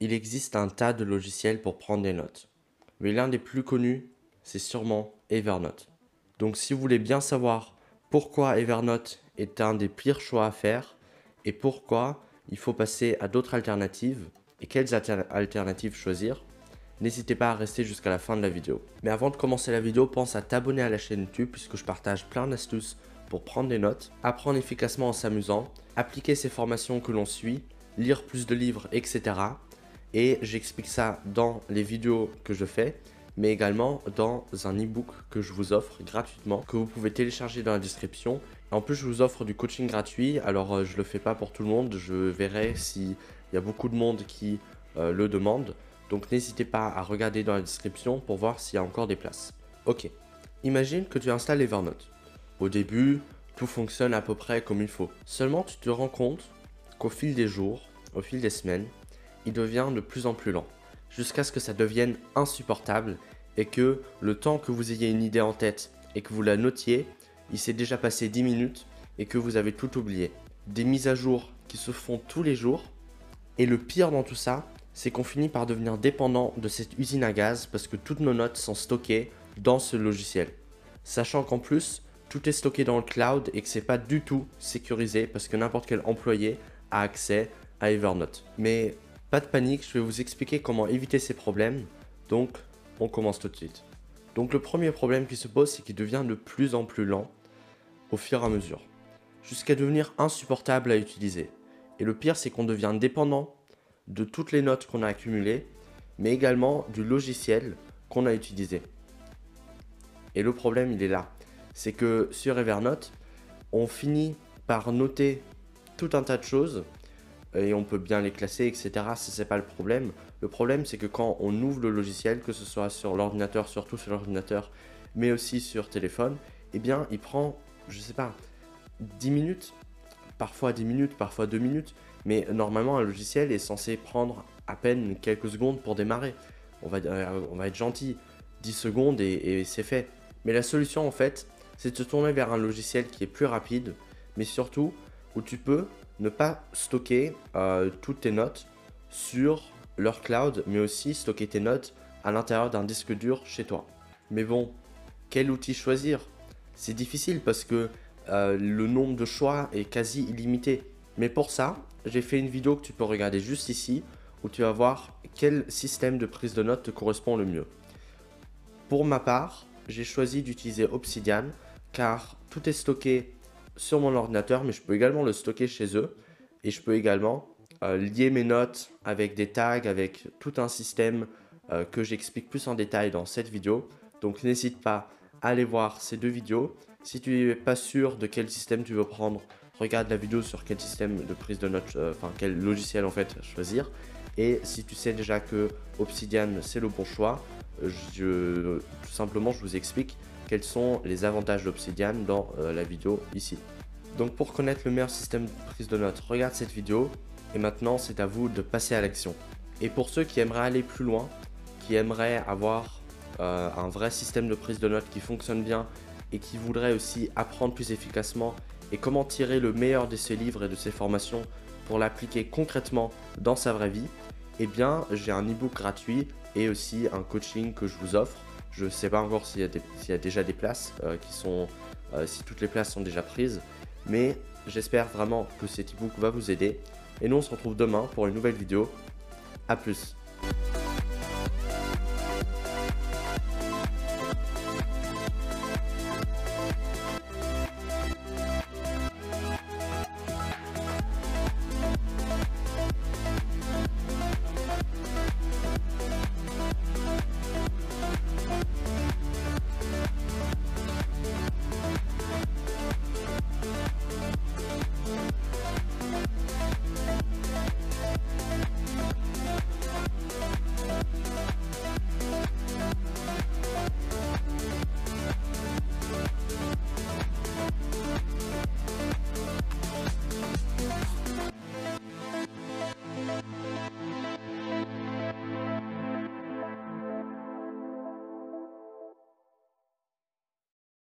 il existe un tas de logiciels pour prendre des notes. Mais l'un des plus connus, c'est sûrement Evernote. Donc si vous voulez bien savoir pourquoi Evernote est un des pires choix à faire et pourquoi il faut passer à d'autres alternatives et quelles alternatives choisir, n'hésitez pas à rester jusqu'à la fin de la vidéo. Mais avant de commencer la vidéo, pense à t'abonner à la chaîne YouTube puisque je partage plein d'astuces pour prendre des notes, apprendre efficacement en s'amusant, appliquer ces formations que l'on suit, lire plus de livres, etc. Et j'explique ça dans les vidéos que je fais, mais également dans un e-book que je vous offre gratuitement, que vous pouvez télécharger dans la description. En plus, je vous offre du coaching gratuit. Alors, je le fais pas pour tout le monde. Je verrai s'il y a beaucoup de monde qui le demande. Donc, n'hésitez pas à regarder dans la description pour voir s'il y a encore des places. Ok, imagine que tu installes Evernote. Au début, tout fonctionne à peu près comme il faut. Seulement, tu te rends compte qu'au fil des jours, au fil des semaines, il devient de plus en plus lent, jusqu'à ce que ça devienne insupportable et que le temps que vous ayez une idée en tête et que vous la notiez, il s'est déjà passé 10 minutes et que vous avez tout oublié. Des mises à jour qui se font tous les jours et le pire dans tout ça, c'est qu'on finit par devenir dépendant de cette usine à gaz parce que toutes nos notes sont stockées dans ce logiciel. Sachant qu'en plus, tout est stocké dans le cloud et que c'est pas du tout sécurisé parce que n'importe quel employé a accès à Evernote. Mais pas de panique, je vais vous expliquer comment éviter ces problèmes. Donc, on commence tout de suite. Donc le premier problème qui se pose, c'est qu'il devient de plus en plus lent au fur et à mesure, jusqu'à devenir insupportable à utiliser. Et le pire, c'est qu'on devient dépendant de toutes les notes qu'on a accumulées, mais également du logiciel qu'on a utilisé. Et le problème, il est là. C'est que sur Evernote, on finit par noter tout un tas de choses et on peut bien les classer, etc. Ça, c'est pas le problème. Le problème, c'est que quand on ouvre le logiciel, que ce soit sur l'ordinateur, surtout sur l'ordinateur, mais aussi sur téléphone, eh bien, il prend, je sais pas, 10 minutes, parfois 10 minutes, parfois 2 minutes, mais normalement, un logiciel est censé prendre à peine quelques secondes pour démarrer. On va être gentil, 10 secondes et c'est fait. Mais la solution, en fait, c'est de se tourner vers un logiciel qui est plus rapide, mais surtout où tu peux ne pas stocker toutes tes notes sur leur cloud, mais aussi stocker tes notes à l'intérieur d'un disque dur chez toi. Mais bon, quel outil choisir? C'est difficile parce que le nombre de choix est quasi illimité. Mais pour ça, j'ai fait une vidéo que tu peux regarder juste ici, où tu vas voir quel système de prise de notes te correspond le mieux. Pour ma part, j'ai choisi d'utiliser Obsidian car tout est stocké sur mon ordinateur, mais je peux également le stocker chez eux et je peux également lier mes notes avec des tags, avec tout un système que j'explique plus en détail dans cette vidéo. Donc n'hésite pas à aller voir ces deux vidéos. Si tu n'es pas sûr de quel système tu veux prendre, regarde la vidéo sur quel système de prise de notes, quel logiciel en fait choisir. Et si tu sais déjà que Obsidian c'est le bon choix, tout simplement je vous explique quels sont les avantages d'Obsidian dans la vidéo ici. Donc pour connaître le meilleur système de prise de notes, regarde cette vidéo et maintenant c'est à vous de passer à l'action. Et pour ceux qui aimeraient aller plus loin, qui aimeraient avoir un vrai système de prise de notes qui fonctionne bien et qui voudraient aussi apprendre plus efficacement et comment tirer le meilleur de ces livres et de ces formations pour l'appliquer concrètement dans sa vraie vie, eh bien j'ai un e-book gratuit et aussi un coaching que je vous offre. Je ne sais pas encore s'il y a déjà des places si toutes les places sont déjà prises, mais j'espère vraiment que cet e-book va vous aider. Et nous on se retrouve demain pour une nouvelle vidéo. A plus.